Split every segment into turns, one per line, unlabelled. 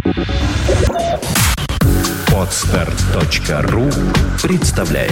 Podster.ru представляет.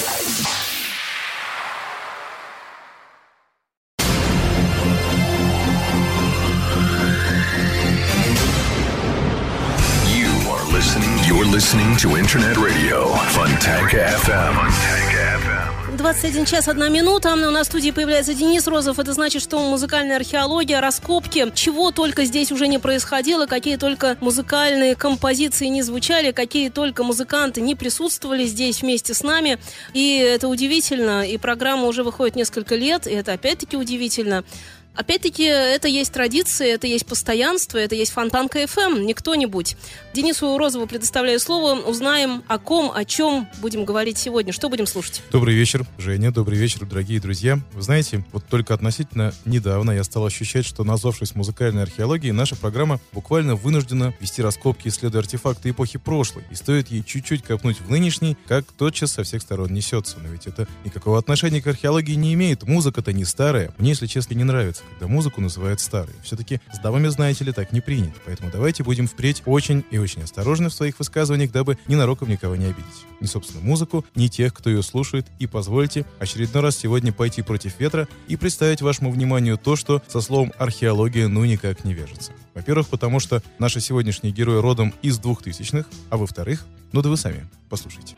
You're listening to Internet Radio Fontanka FM.
21 час 1 минута. У нас в студии появляется Денис Розов. Это значит, что музыкальная археология, раскопки, чего только здесь уже не происходило, какие только музыкальные композиции не звучали, какие только музыканты не присутствовали здесь вместе с нами. И это удивительно. И программа уже выходит несколько лет, и это опять-таки удивительно. Опять-таки, это есть традиции, это есть постоянство, это есть Фонтанка ФМ, не кто-нибудь. Денису Розову предоставляю слово. Узнаем, о ком, о чем будем говорить сегодня. Что будем слушать?
Добрый вечер, Женя. Добрый вечер, дорогие друзья. Вы знаете, вот только относительно недавно я стал ощущать, что, назвавшись музыкальной археологией, наша программа буквально вынуждена вести раскопки, исследуя артефакты эпохи прошлой. И стоит ей чуть-чуть копнуть в нынешний, как тотчас со всех сторон несется. Но ведь это никакого отношения к археологии не имеет. Музыка-то не старая. Мне, если честно, не нравится, когда музыку называют старой. Все-таки с дамами, знаете ли, так не принято. Поэтому давайте будем впредь очень и очень осторожны в своих высказываниях, дабы ненароком никого не обидеть. Ни, собственно, музыку, ни тех, кто ее слушает. И позвольте очередной раз сегодня пойти против ветра и представить вашему вниманию то, что со словом археология ну никак не вяжется. Во-первых, потому что наши сегодняшние герои родом из 2000-х, а во-вторых, ну да вы сами послушайте.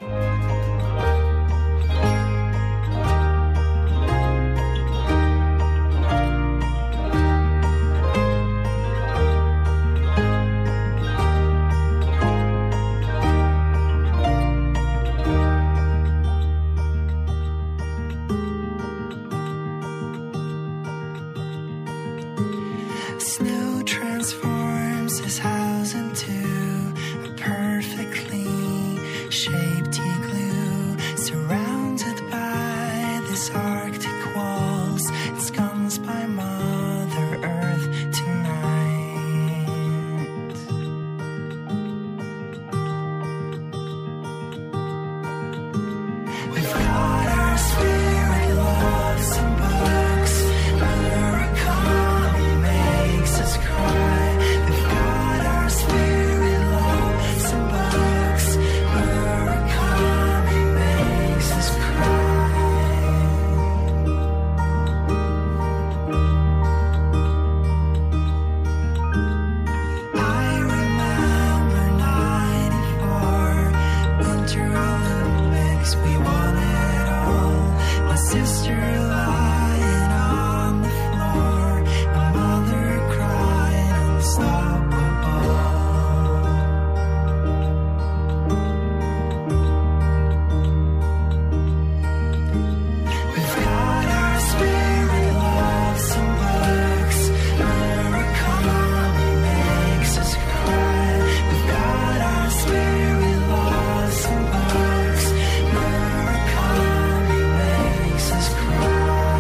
Snow transforms his house into a perfectly shaped igloo, surrounded by these Arctic walls, ensconced by Mother Earth tonight. We've got our spirit loves and books, Murakami makes us cry. We've got our spirit loves and books, Murakami makes us cry. I remember '94, Winter Olympics, we won it all. My sister lying on the floor, my mother cried unstoppable. We've got our spirit loves and books, Murakami makes us cry. We've got our spirit loves and books, Murakami makes us cry.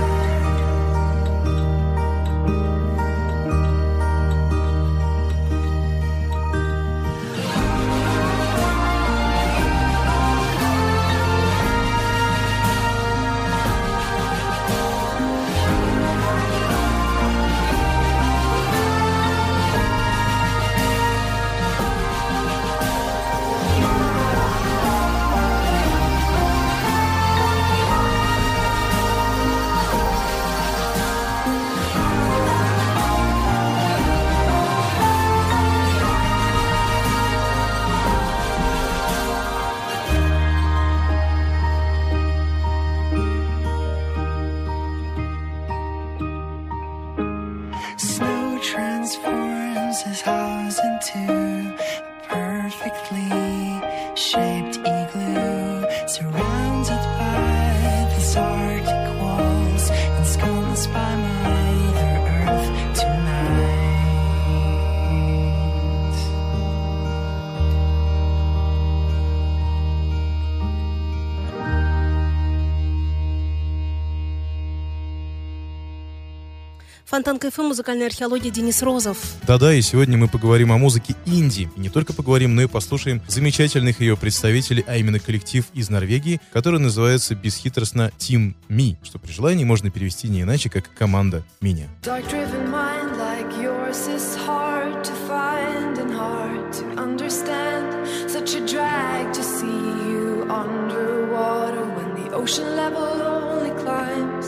Snow transforms his house into a perfectly shaped igloo, surrounded by these Arctic walls, ensconced by Mother Earth tonight.
Фонтанка ФМ, музыкальная археология, Денис Розов.
Да-да, и сегодня мы поговорим о музыке инди. И не только поговорим, но и послушаем замечательных ее представителей, а именно коллектив из Норвегии, который называется бесхитростно Team Me, что при желании можно перевести не иначе, как «Команда меня».
Dark-driven mind like yours is hard to find and hard to ocean level only climbs.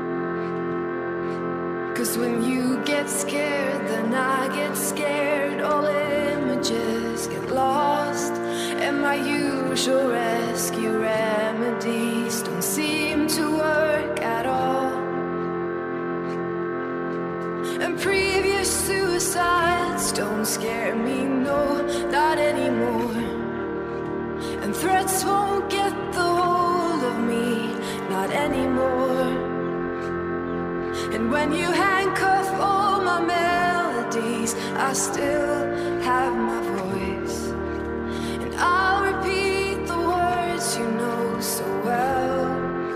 'Cause when you get scared, then I get scared. All images get lost, and my usual rescue remedies don't seem to work at all. And previous suicides don't scare me, no, not anymore. And threats won't get the hold of me, not anymore. And when you handcuff all my melodies, I still have my voice. And I'll repeat the words you know so well.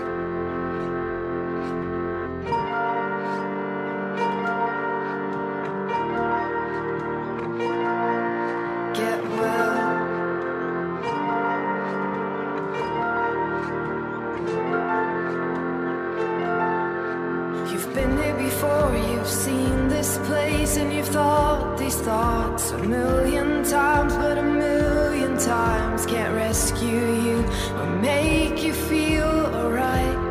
Get well. You've been here before, you've seen this place, and you've thought these thoughts a million times, but a million times can't rescue you or make you feel alright.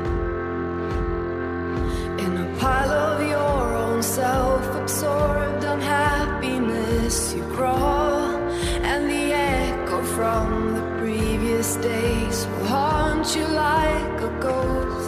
In a pile of your own self-absorbed unhappiness you crawl, and the echo from the previous days will haunt you like a ghost.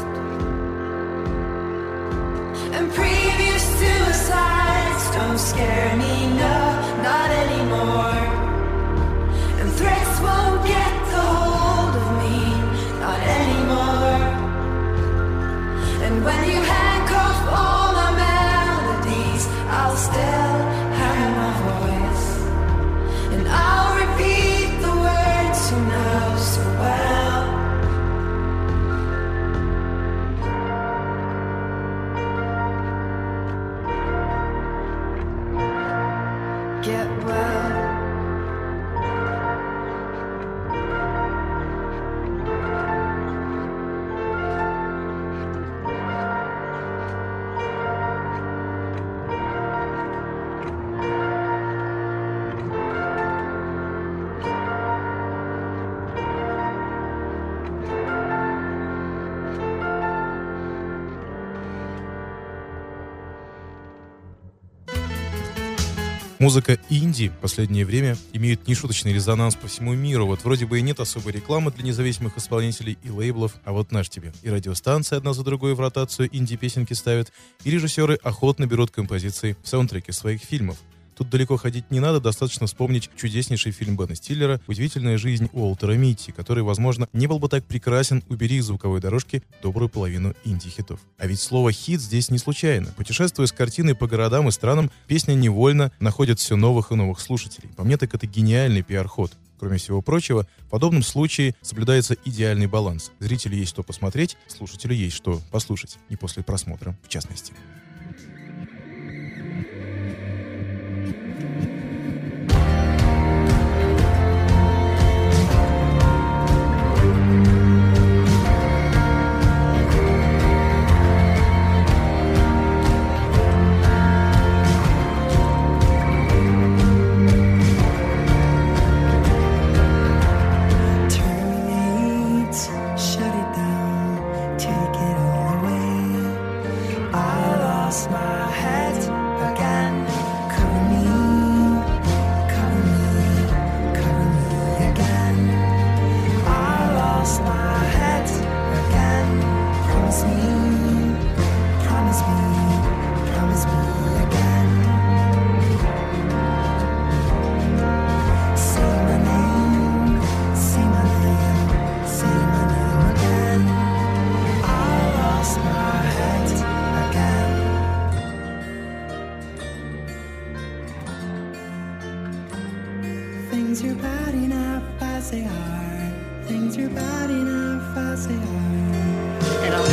And previous suicides don't scare me, no, not anymore. And threats won't get the hold of me, not anymore. And when you handcuff all my melodies, I'll still have my voice. And I'll repeat the words you know so well. Get well.
Музыка инди в последнее время имеет нешуточный резонанс по всему миру. Вот вроде бы и нет особой рекламы для независимых исполнителей и лейблов, а вот наш тебе. И радиостанции одна за другой в ротацию инди-песенки ставят, и режиссеры охотно берут композиции в саундтреке своих фильмов. Тут далеко ходить не надо, достаточно вспомнить чудеснейший фильм Бена Стиллера «Удивительная жизнь Уолтера Митти», который, возможно, не был бы так прекрасен, убери из звуковой дорожки добрую половину инди-хитов. А ведь слово «хит» здесь не случайно. Путешествуя с картиной по городам и странам, песня невольно находит все новых и новых слушателей. По мне, так это гениальный пиар-ход. Кроме всего прочего, в подобном случае соблюдается идеальный баланс. Зрителю есть что посмотреть, слушателю есть что послушать. И после просмотра, в частности.
Things are bad enough as they are. Things are bad enough as they are. And I'll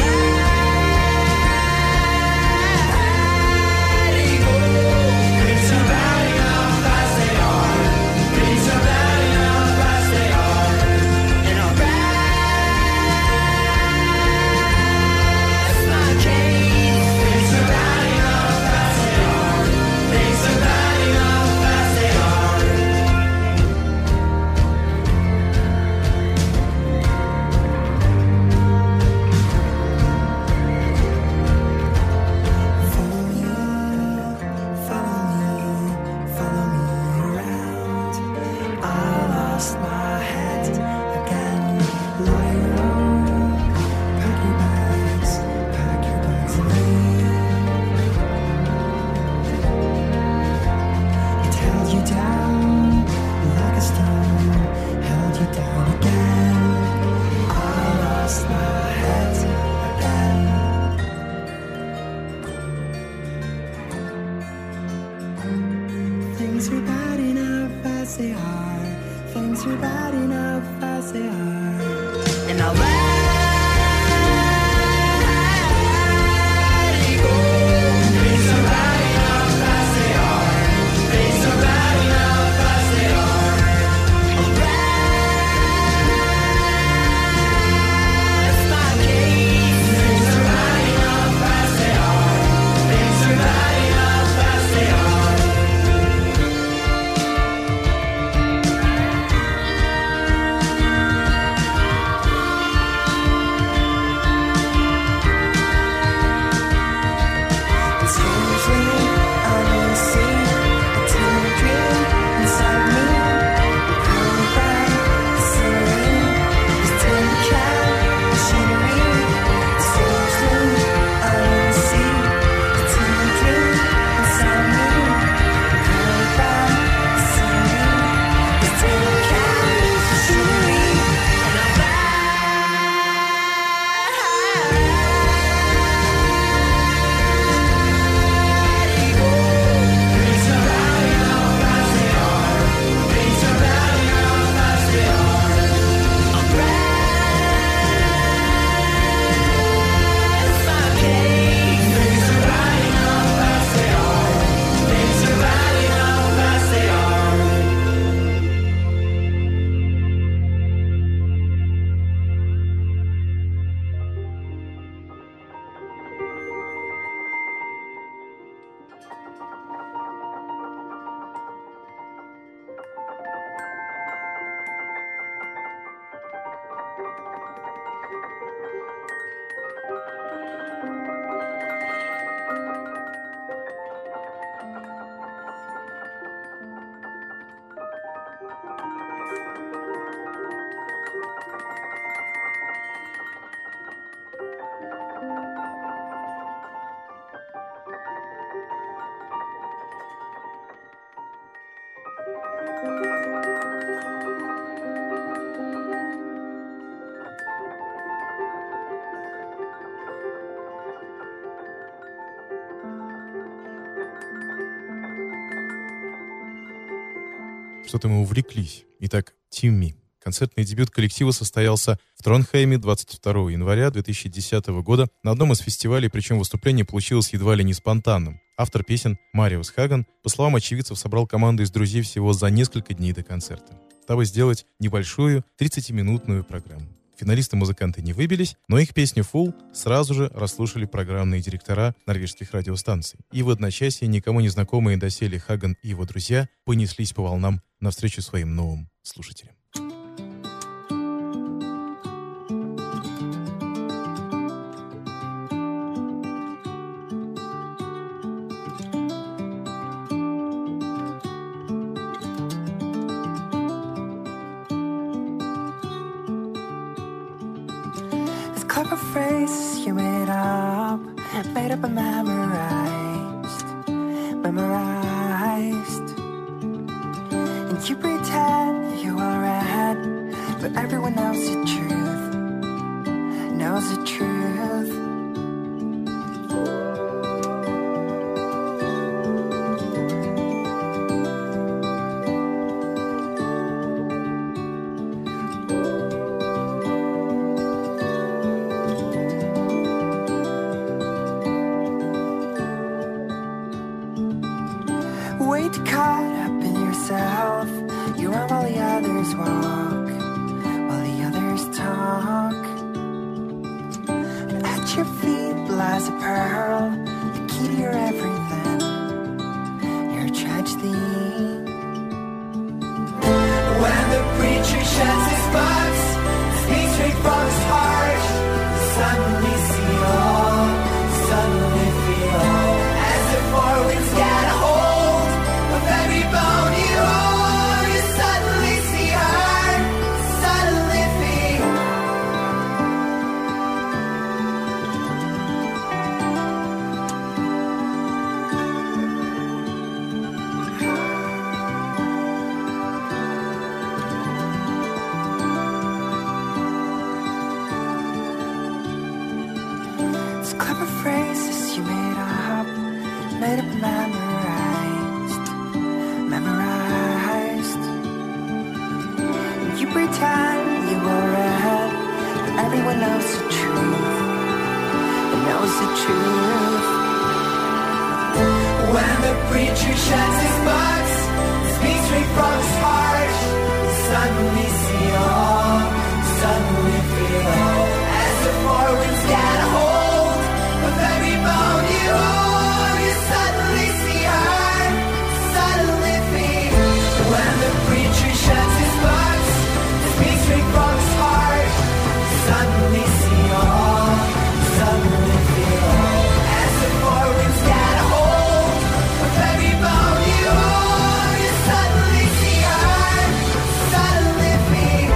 Things are bad enough as they are. And I'll let it go. Things are bad enough as they are. Things are bad enough as they are. I'll rest my case. Things are bad enough as they are. Things are bad enough as they are.
Что-то мы увлеклись. Итак, Тимми. Концертный дебют коллектива состоялся в Тронхейме 22 января 2010 года на одном из фестивалей, причем выступление получилось едва ли не спонтанным. Автор песен Мариус Хаган, по словам очевидцев, собрал команду из друзей всего за несколько дней до концерта, дабы сделать небольшую 30-минутную программу. Финалисты-музыканты не выбились, но их песню «Фул» сразу же расслушали программные директора норвежских радиостанций. И в одночасье никому не знакомые доселе Хаган и его друзья понеслись по волнам навстречу своим новым слушателям.
Clever phrases you made up and memorized. And you pretend you are right, but everyone knows the truth, knows the truth. Way too caught up in yourself. You run while the others walk, while the others talk. And at your feet lies a pearl, the key to your everything, your tragedy. When the preacher sheds his buds, speaks straight from his heart, suddenly see all, suddenly feel as if four winds get a hold of every bone you own. You suddenly see her, suddenly feel. It's clever phrases you made up and memorized.
time you were ahead, but everyone knows the truth. Knows the truth.
When the preacher sheds his box, speaks straight from his heart, suddenly see all, suddenly feel, as the four winds get a hold of every bone you own. You suddenly see her, suddenly feel. When the preacher sheds his box, speaks straight from his heart, suddenly see all, suddenly feel, as the four winds get a hold of every bone you own. You suddenly see her, suddenly feel.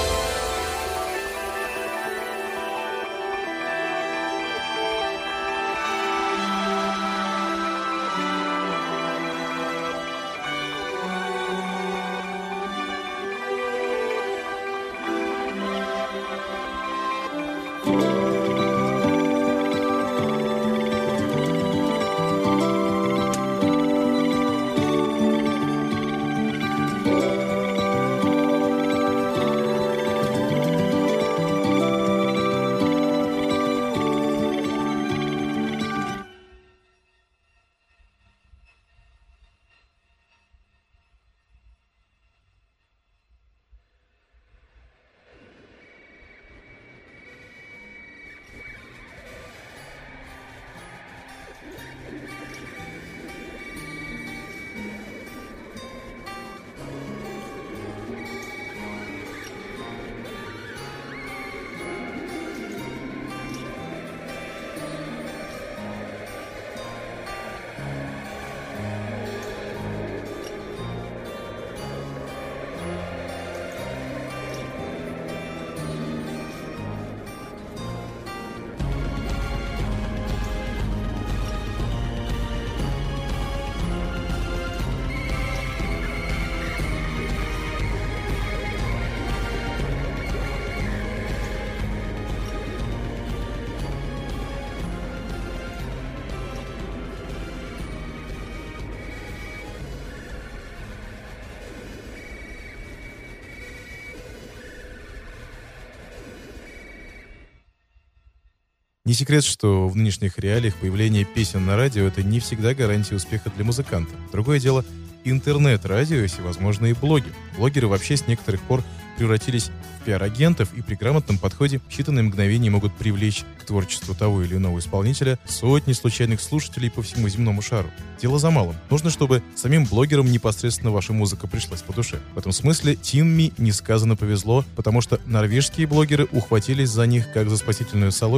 Не секрет, что в нынешних реалиях появление песен на радио — это не всегда гарантия успеха для музыканта. Другое дело — интернет-радио и всевозможные блоги. Блогеры вообще с некоторых пор превратились в пиар-агентов и при грамотном подходе в считанные мгновения могут привлечь к творчеству того или иного исполнителя сотни случайных слушателей по всему земному шару. Дело за малым. Нужно, чтобы самим блогерам непосредственно ваша музыка пришлась по душе. В этом смысле Тимми несказанно повезло, потому что норвежские блогеры ухватились за них как за спасительную соломинку.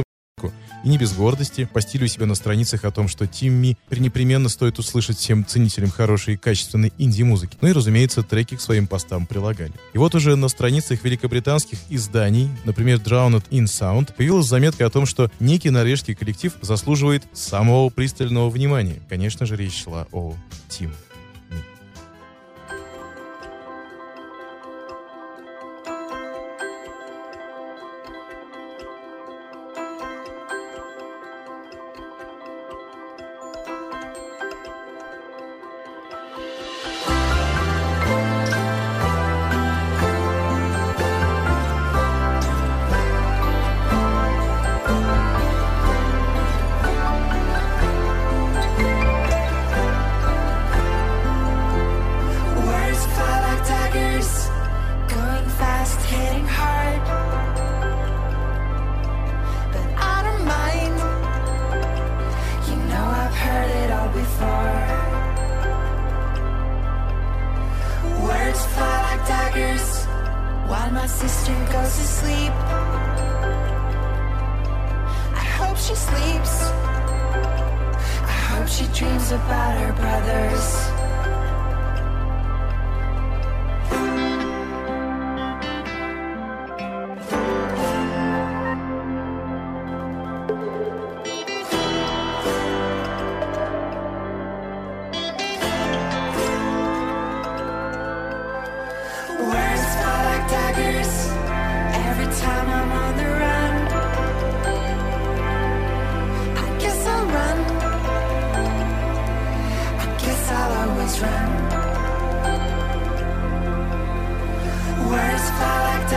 И не без гордости постили у себя на страницах о том, что Тимми непременно стоит услышать всем ценителям хорошей и качественной инди-музыки. Ну и, разумеется, треки к своим постам прилагали. И вот уже на страницах великобританских изданий, например, Drowned in Sound, появилась заметка о том, что некий норвежский коллектив заслуживает самого пристального внимания. Конечно же, речь шла о Тимми.
Words fall like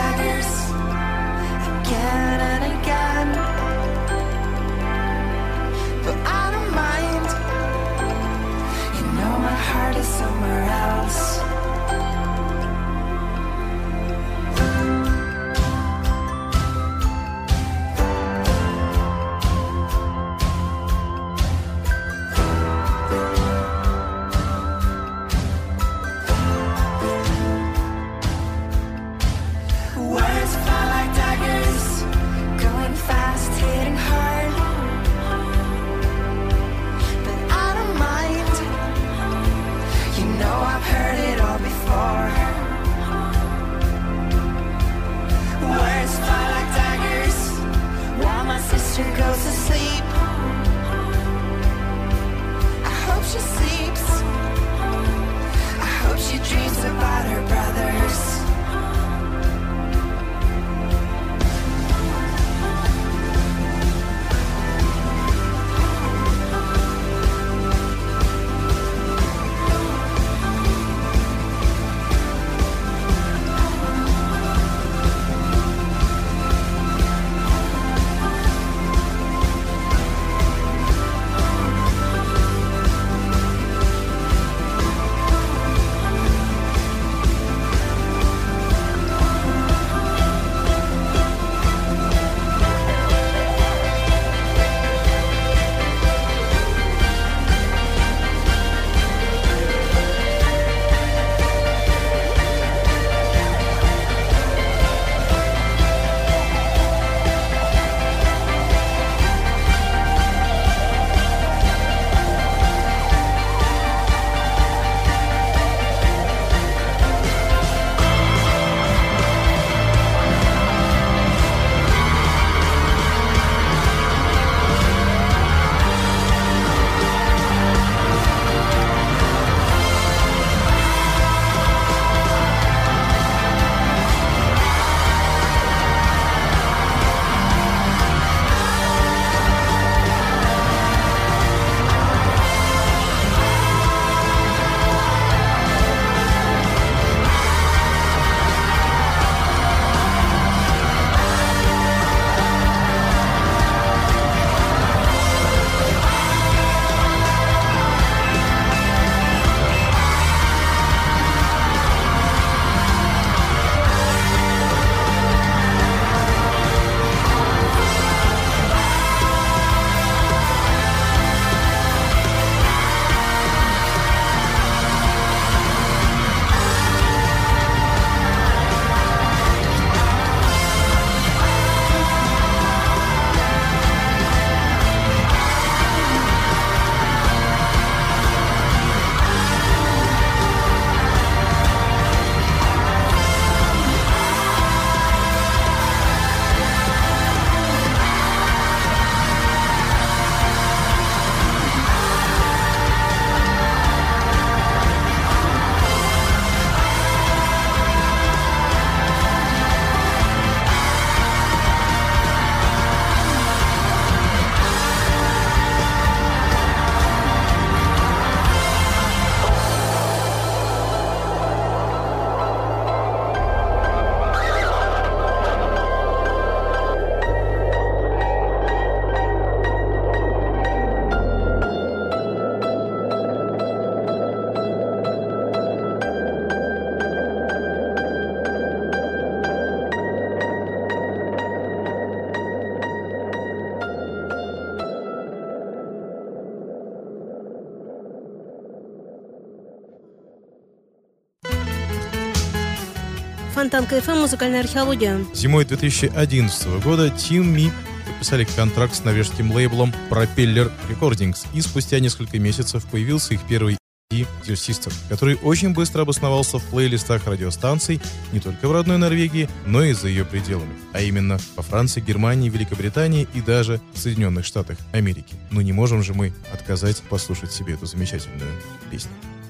Фонтан КФМ, музыкальная археология.
Зимой 2011 года Team Me подписали контракт с норвежским лейблом Propeller Recordings, и спустя несколько месяцев появился их первый EP Dear Sister, который очень быстро обосновался в плейлистах радиостанций не только в родной Норвегии, но и за ее пределами, а именно во Франции, Германии, Великобритании и даже в Соединенных Штатах Америки. Ну не можем же мы отказать послушать себе эту замечательную песню.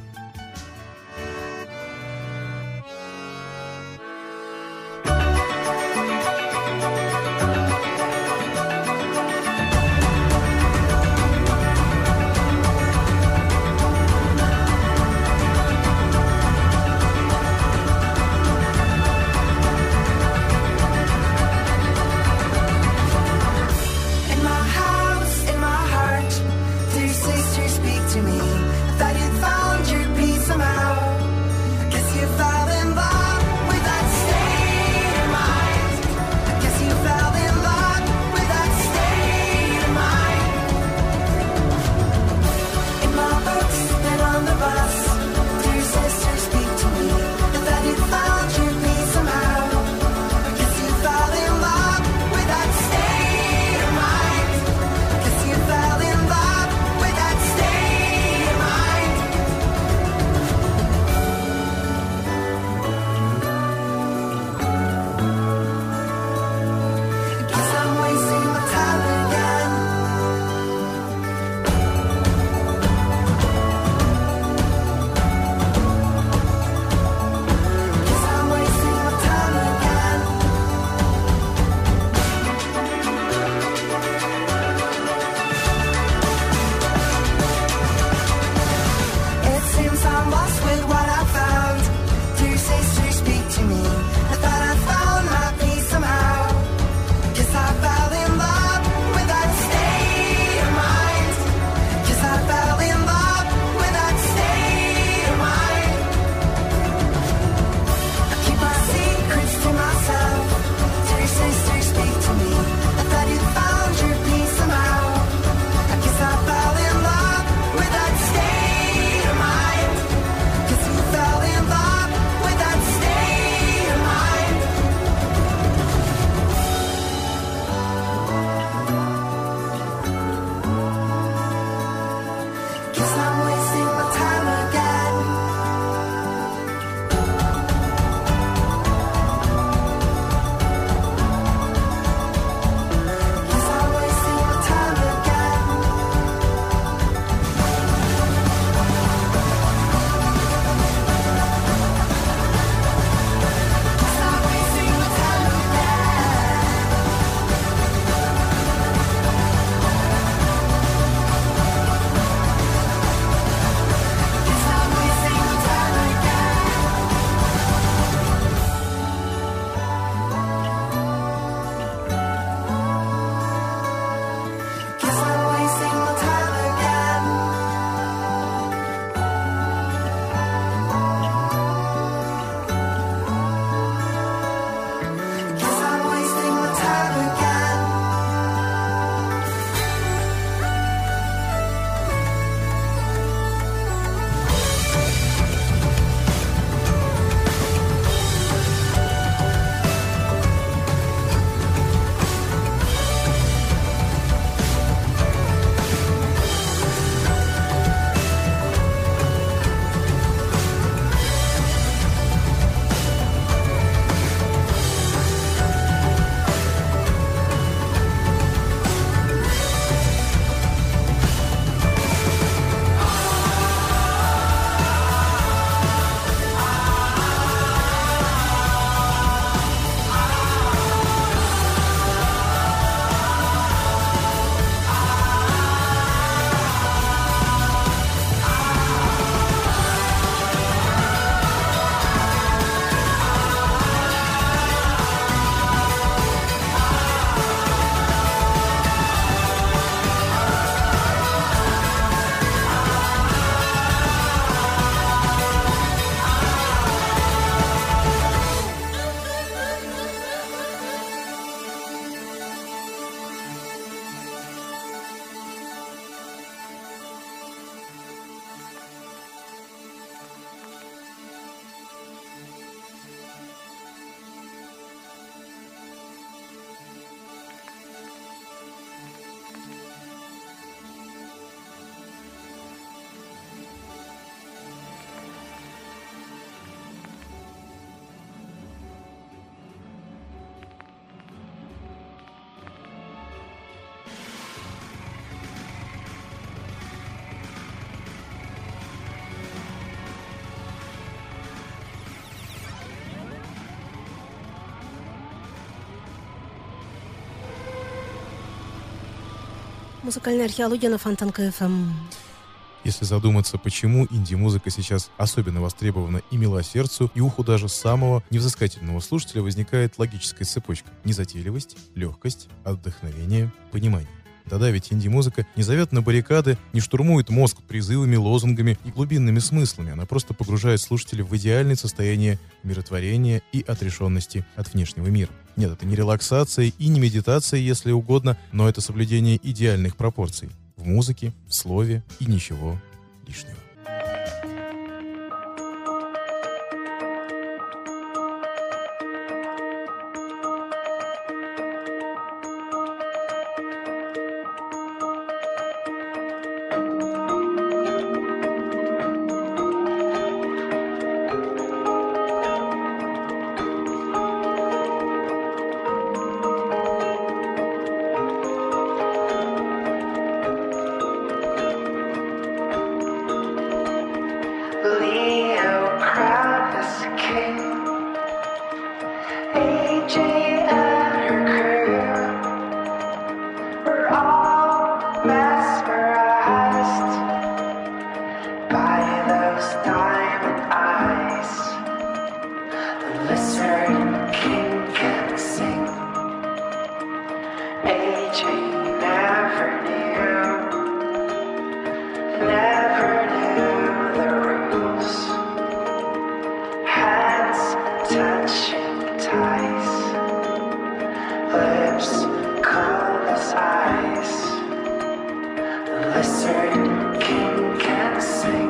In my house, in my heart, dear sister, speak to me. That you found
Музыкальная археология на Фонтан КФМ.
Если задуматься, почему инди-музыка сейчас особенно востребована и мила сердцу, и уху даже самого невзыскательного слушателя, возникает логическая цепочка. Незатейливость, легкость, отдохновение, понимание. Да-да, ведь инди-музыка не зовет на баррикады, не штурмует мозг призывами, лозунгами и глубинными смыслами. Она просто погружает слушателя в идеальное состояние умиротворения и отрешенности от внешнего мира. Нет, это не релаксация и не медитация, если угодно, но это соблюдение идеальных пропорций. В музыке, в слове и ничего лишнего.
Leo crowned as king. AJ and her crew were all mesmerized by those diamond eyes. The lizard king can sing. AJ never knew. Never knew the rules. Hands touching ties, lips cold as ice. The lizard king can sing.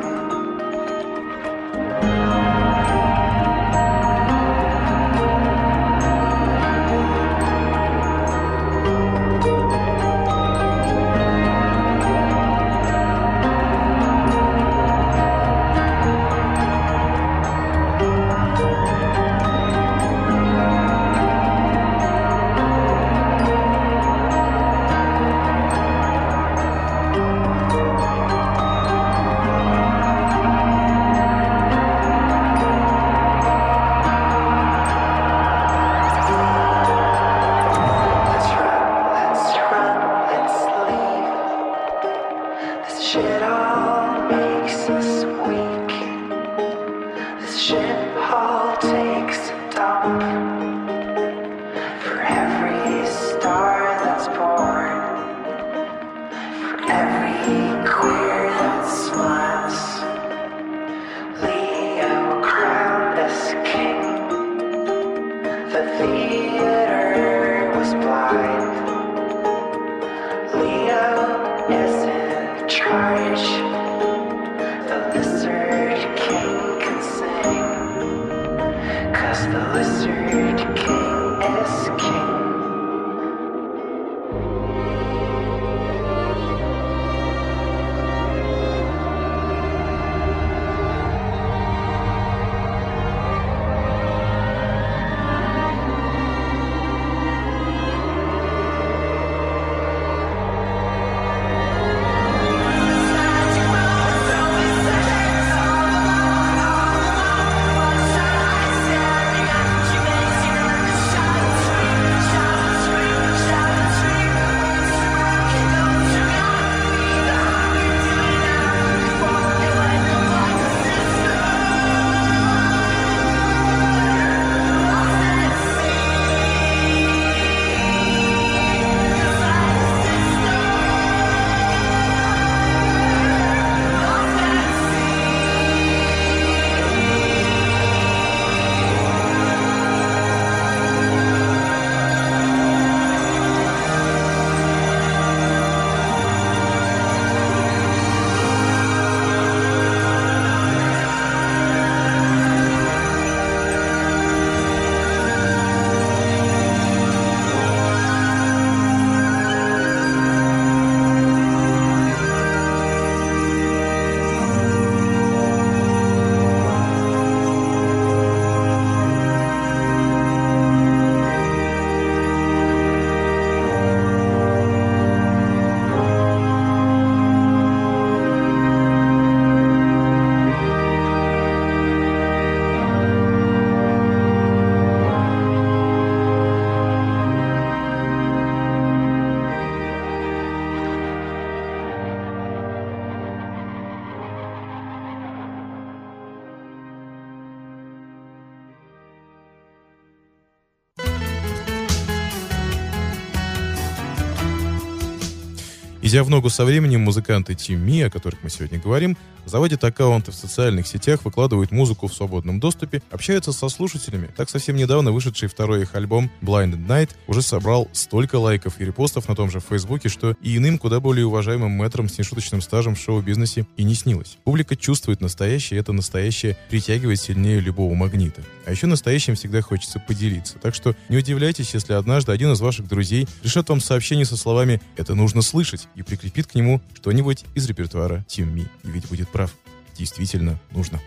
Shit all makes us weak. This shit all takes a dump. For every star that's born, for every queer that smiles, Leo crowned as king. The theater was blind. Leo is in charge. The lizard king can sing, 'cause the lizard king is king.
Идя в ногу со временем, музыканты Team Me, о которых мы сегодня говорим, заводят аккаунты в социальных сетях, выкладывают музыку в свободном доступе, общаются со слушателями. Так, совсем недавно вышедший второй их альбом Blinded Night уже собрал столько лайков и репостов на том же Фейсбуке, что и иным куда более уважаемым мэтрам с нешуточным стажем в шоу-бизнесе и не снилось. Публика чувствует настоящее, и это настоящее притягивает сильнее любого магнита. А еще настоящим всегда хочется поделиться. Так что не удивляйтесь, если однажды один из ваших друзей пришлет вам сообщение со словами «это нужно слышать» и прикрепит к нему что-нибудь из репертуара Team Me. И ведь будет прав. Действительно нужно.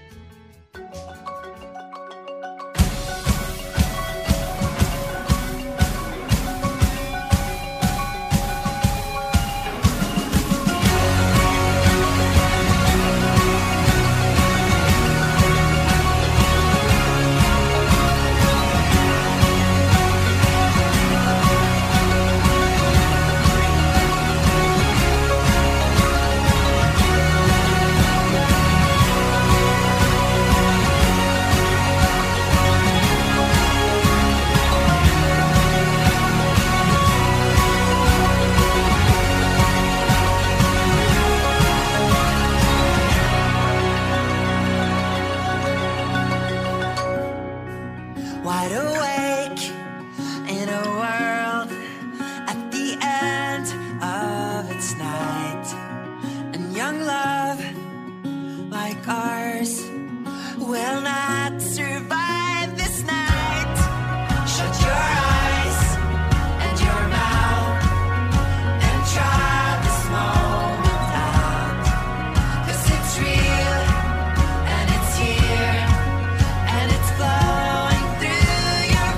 Wide awake in a world at the end of its night, and young love like ours will not survive this night. Shut your eyes and your mouth and try this moment out, 'cause it's real and it's here and it's flowing through your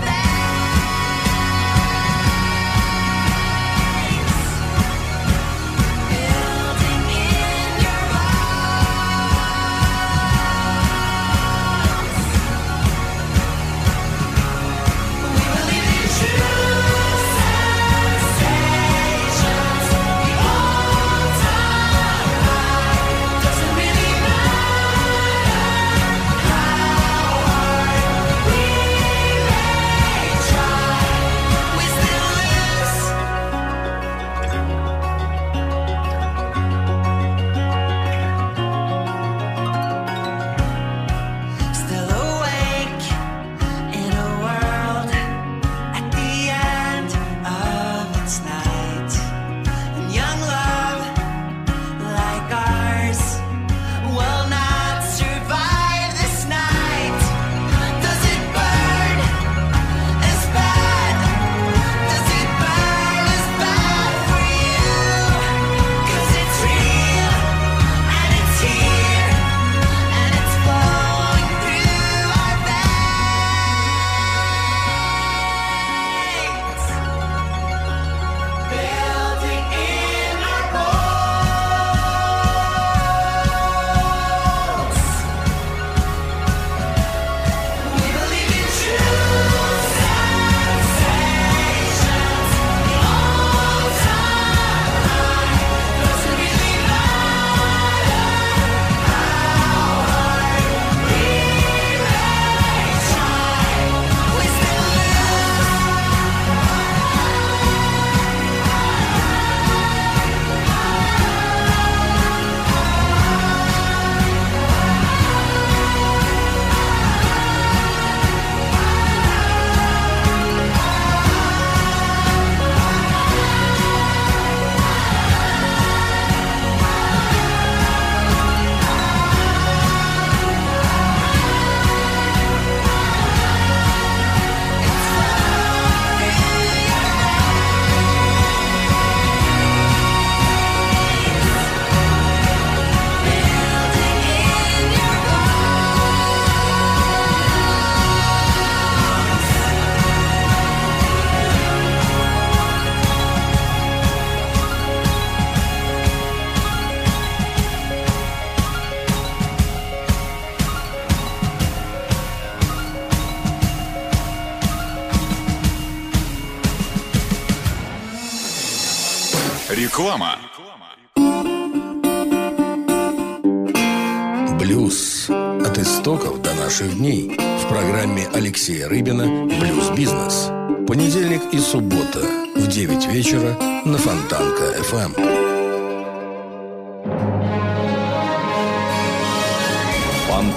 veins, building in your bones. We believe in true sensations. The all-time high doesn't really matter how hard we may try. We still lose. Still awake in a world at the end of its night, and young love like ours will not survive this night. Does it burn as bad? Does it burn as bad for you? 'Cause it's real and it's here and it's flowing through our veins, building in our bones. We believe in true sensations. The all-time high doesn't really matter how hard we may try. We still
Реклама.
Блюз. От истоков до наших дней. В программе Алексея Рыбина «Блюз-бизнес». Понедельник и суббота в 9 вечера на Фонтанка FM.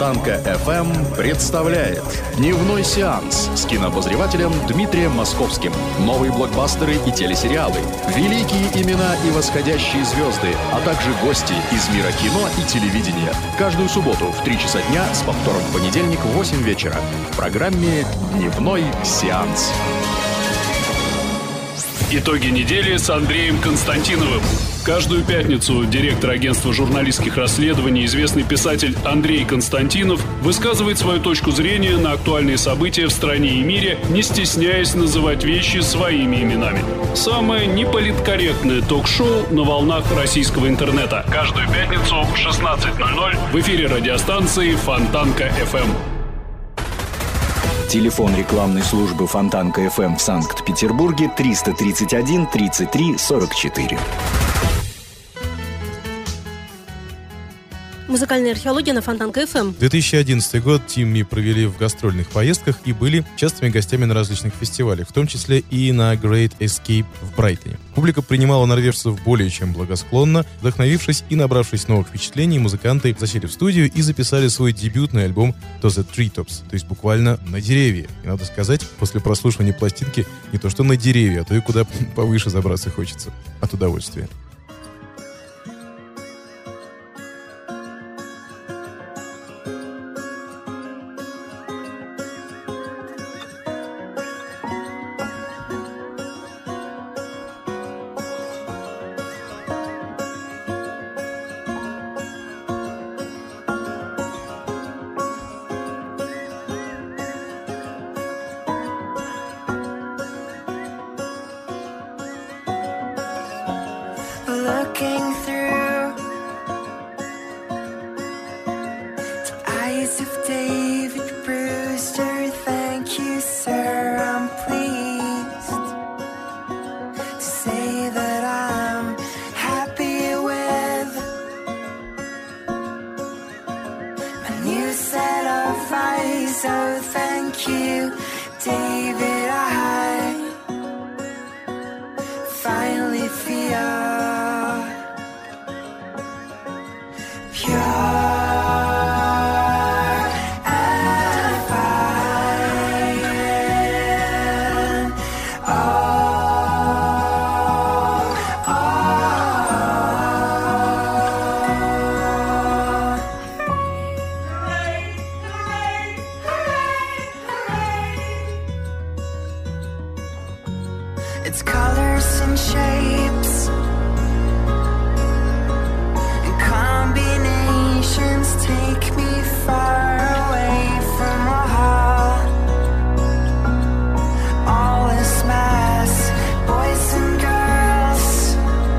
Фонтанка FM представляет дневной сеанс с кинообозревателем Дмитрием Московским. Новые блокбастеры и телесериалы, великие имена и восходящие звезды, а также гости из мира кино и телевидения. Каждую субботу в 3 часа дня с повтором в понедельник в 8 вечера в программе «Дневной сеанс».
Итоги недели с Андреем Константиновым. Каждую пятницу директор агентства журналистских расследований, известный писатель Андрей Константинов высказывает свою точку зрения на актуальные события в стране и мире, не стесняясь называть вещи своими именами. Самое неполиткорректное ток-шоу на волнах российского интернета. Каждую пятницу в 16:00 в эфире радиостанции Фонтанка FM.
Телефон рекламной службы Фонтанка FM в Санкт-Петербурге 331 33 44.
Музыкальная археология на Фонтанка FM.
2011 год Тимми провели в гастрольных поездках и были частыми гостями на различных фестивалях, в том числе и на Great Escape в Брайтоне. Публика принимала норвежцев более чем благосклонно. Вдохновившись и набравшись новых впечатлений, музыканты засели в студию и записали свой дебютный альбом To the Treetops, то есть буквально на деревья. И надо сказать, после прослушивания пластинки не то что на деревья, а то и куда повыше забраться хочется от удовольствия.
Looking through the eyes of David Brewster, thank you, sir. I'm pleased to say that I'm happy with my new set of eyes. Oh, thank you, David. I finally feel its colors and shapes and combinations take me far away from all this mass, boys and girls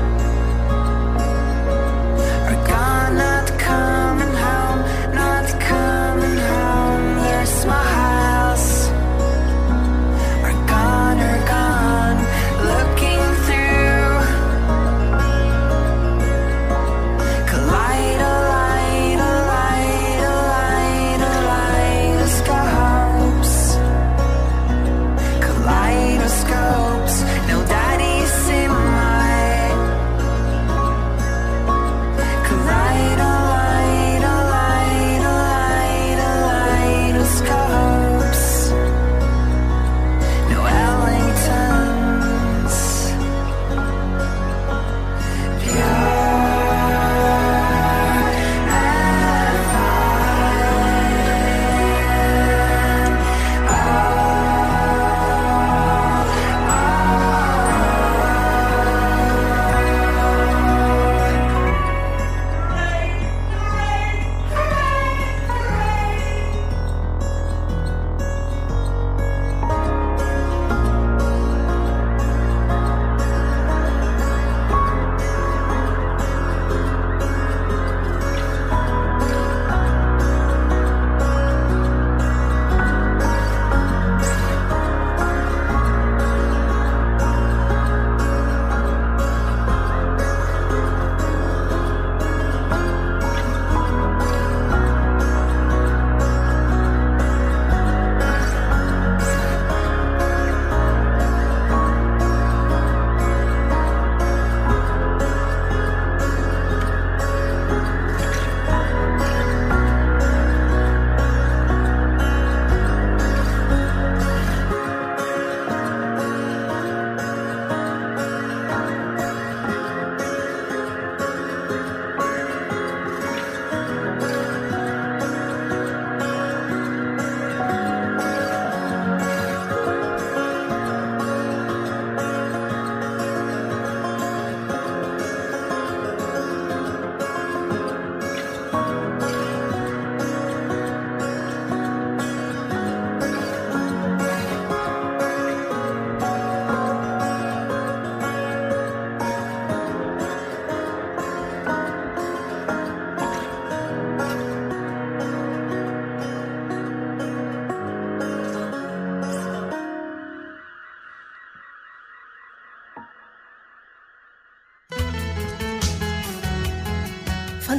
are gone, not coming home, not coming home. Your smiles are gone, looking through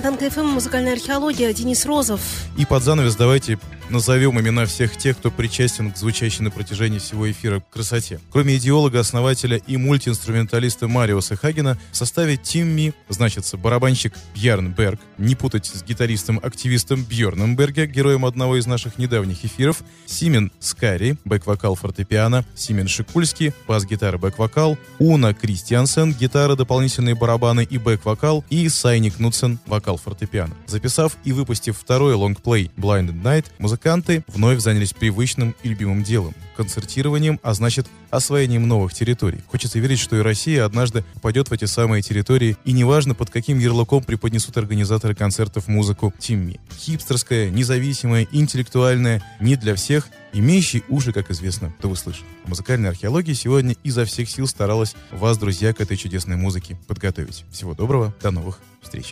Фонтанка ФМ, музыкальная археология, Денис Розов.
И под занавес давайте назовем имена всех тех, кто причастен к звучащей на протяжении всего эфира красоте. Кроме идеолога, основателя и мультиинструменталиста Мариуса Хагена, в составе Тимми значится барабанщик Бьярн Берг, не путать с гитаристом-активистом Бьорном Берге, героем одного из наших недавних эфиров, Симен Скари, бэк-вокал фортепиано, Симен Шикульский, бас-гитара, бэк-вокал, Уна Кристиансен, гитара, дополнительные барабаны и бэк-вокал, и Сайни Кнутсен, вокал фортепиано. Записав и выпустив второй лонгплей Blinded Night, музыканты вновь занялись привычным и любимым делом — концертированием, а значит, освоением новых территорий. Хочется верить, что и Россия однажды попадет в эти самые территории, и неважно, под каким ярлыком преподнесут организаторы концертов музыку Тимми. Хипстерская, независимая, интеллектуальная, не для всех, имеющий уши, как известно, то вы слышите. Музыкальная археология сегодня изо всех сил старалась вас, друзья, к этой чудесной музыке подготовить. Всего доброго, до новых встреч.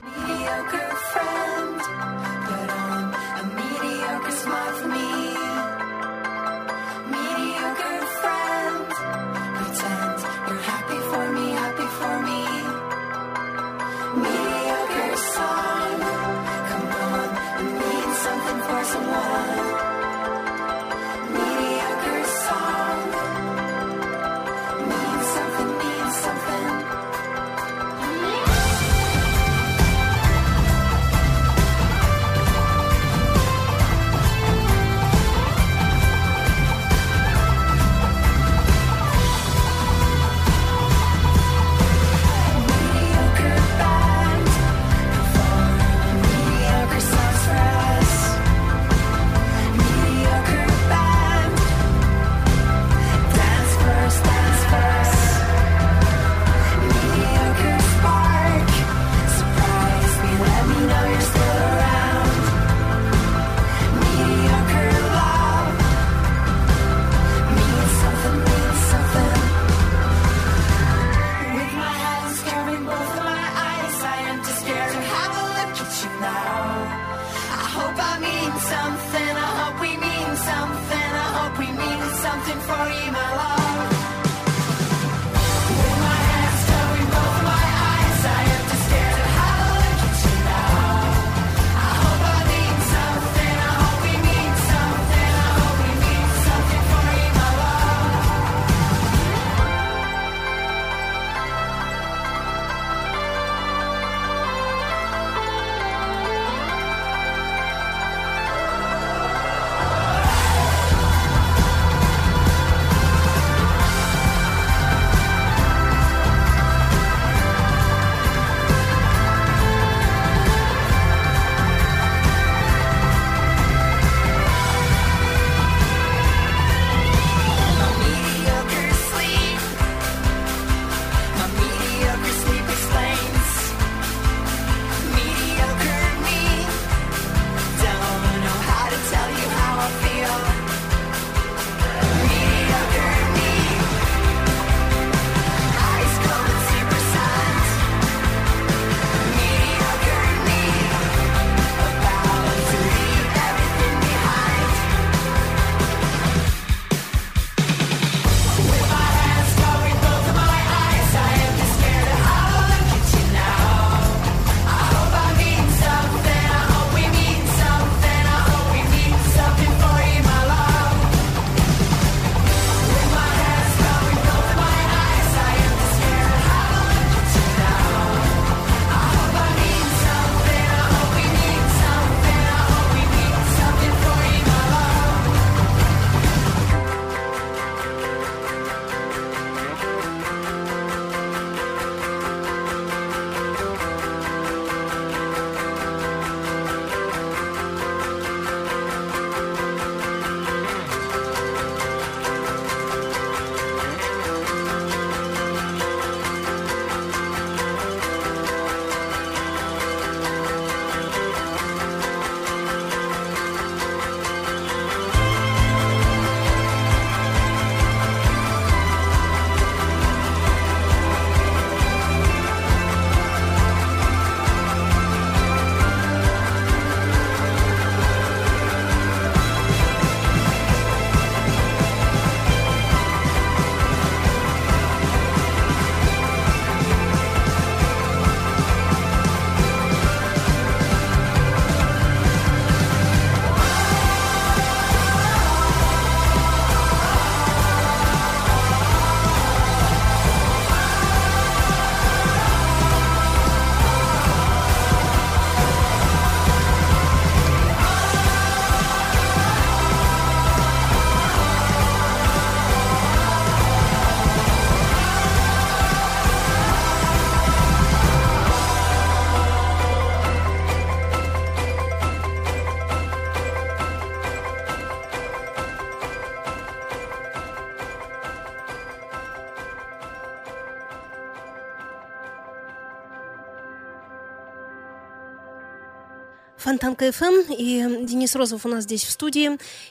Фонтанка ФМ, и Денис Розов у нас здесь в студии.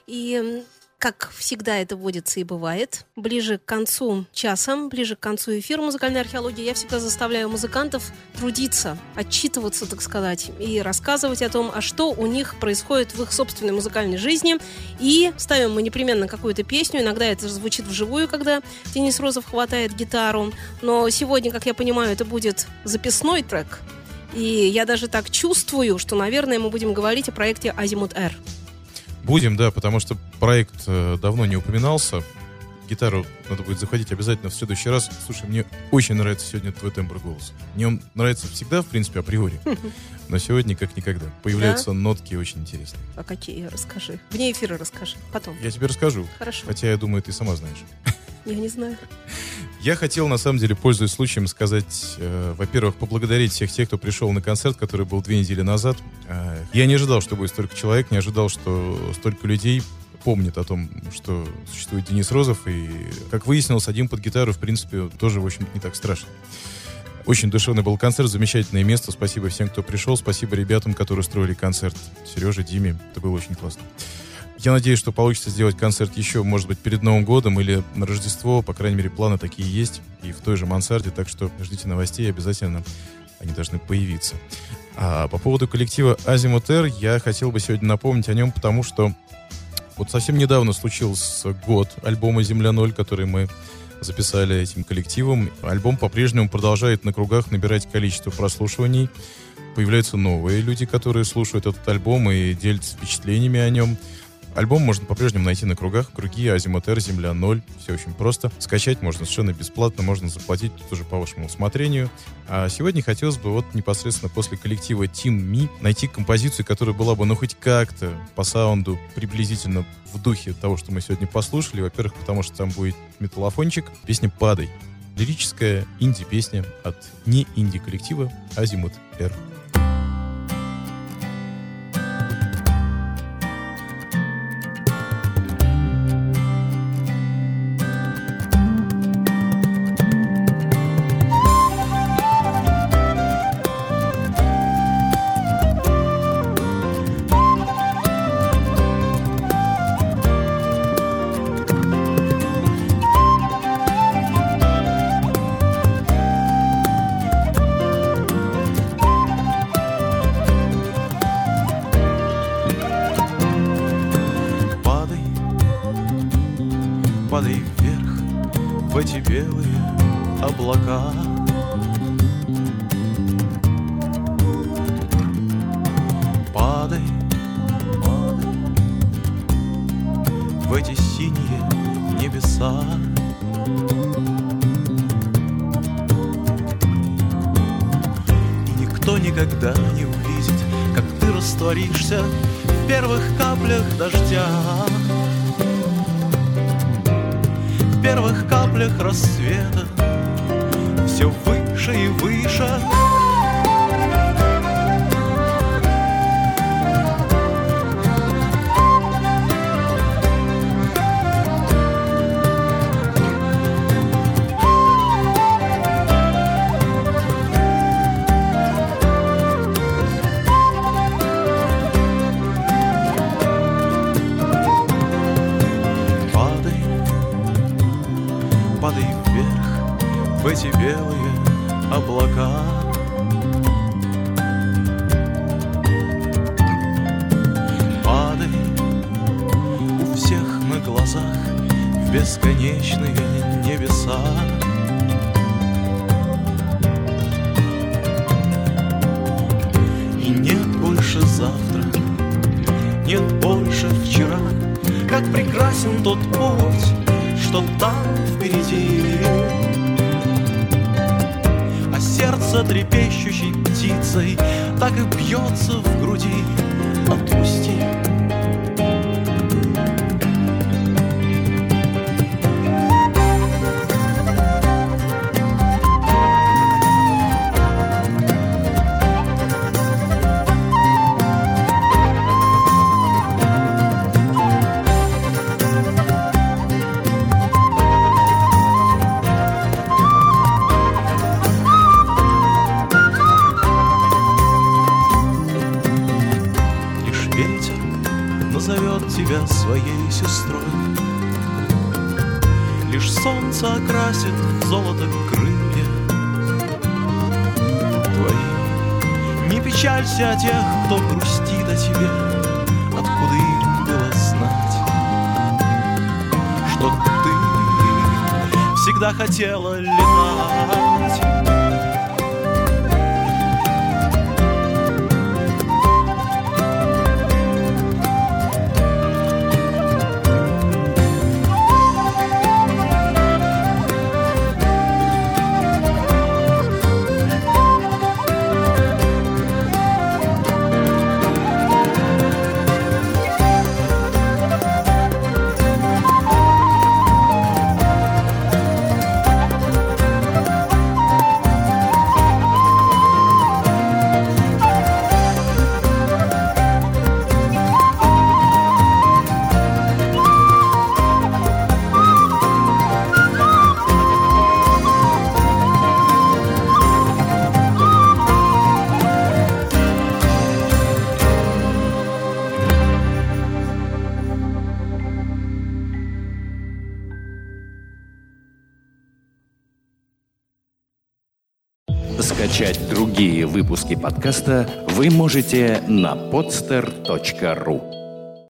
И, как всегда это водится и бывает, ближе к концу часа, ближе к концу эфира «Музыкальной археологии» я всегда заставляю музыкантов трудиться, отчитываться, так сказать, и рассказывать о том, а что у них происходит в их собственной музыкальной жизни. И ставим мы непременно какую-то песню. Иногда это звучит вживую, когда Денис Розов хватает гитару. Но сегодня, как я понимаю, это будет записной трек. И я даже так чувствую, что, наверное, мы будем говорить о проекте «Азимут Р».
Будем, да, потому что проект давно не упоминался. Гитару надо будет захватить обязательно в следующий раз. Слушай, мне очень нравится сегодня твой тембр голоса. Мне он нравится всегда, в принципе, априори. Но сегодня как никогда. Появляются нотки очень интересные.
А какие? Расскажи. Вне эфира расскажи. Потом.
Я тебе расскажу.
Хорошо.
Хотя, я думаю, ты сама знаешь.
Я не знаю.
Я хотел, на самом деле, пользуясь случаем, сказать, во-первых, поблагодарить всех тех, кто пришел на концерт, который был 2 недели назад. Я не ожидал, что будет столько человек, не ожидал, что столько людей помнят о том, что существует Денис Розов. И, как выяснилось, один под гитару, в принципе, тоже, в общем-то, не так страшно. Очень душевный был концерт, замечательное место. Спасибо всем, кто пришел. Спасибо ребятам, которые устроили концерт. Сереже, Диме. Это было очень классно. Я надеюсь, что получится сделать концерт еще, может быть, перед Новым годом или на Рождество. По крайней мере, планы такие есть. И в той же мансарде. Так что ждите новостей, обязательно они должны появиться. А по поводу коллектива «Азимут Р» я хотел бы сегодня напомнить о нем, потому что вот совсем недавно случился год альбома «Земля-0», который мы записали этим коллективом. Альбом по-прежнему продолжает на кругах набирать количество прослушиваний. Появляются новые люди, которые слушают этот альбом и делятся впечатлениями о нем. Альбом можно по-прежнему найти на кругах. Круги «Азимут Р», «Земля-0». Все очень просто. Скачать можно совершенно бесплатно, можно заплатить тут уже по вашему усмотрению. А сегодня хотелось бы вот непосредственно после коллектива Team Me найти композицию, которая была бы, ну, хоть как-то по саунду приблизительно в духе того, что мы сегодня послушали. Во-первых, потому что там будет металлофончик. Песня «Падай». Лирическая инди-песня от не-инди-коллектива «Азимут Р».
Падай вверх в эти белые облака. Падай, падай в эти синие небеса. И никто никогда не увидит, как ты растворишься в первых каплях дождя, в первых каплях рассвета, все выше и выше. Падай вверх в эти белые облака. Падай, у всех на глазах в бесконечные небеса. И нет больше завтра, нет больше вчера. Как прекрасен тот путь, что там впереди, а сердце трепещущей птицей так и бьется в груди. Отпусти. тебя своей сестрой. Лишь солнце окрасит золотом крылья твои. Не печалься о тех, кто грустит о тебе, откуда им было знать, что ты всегда хотела летать.
Скачать другие выпуски подкаста вы можете на podster.ru.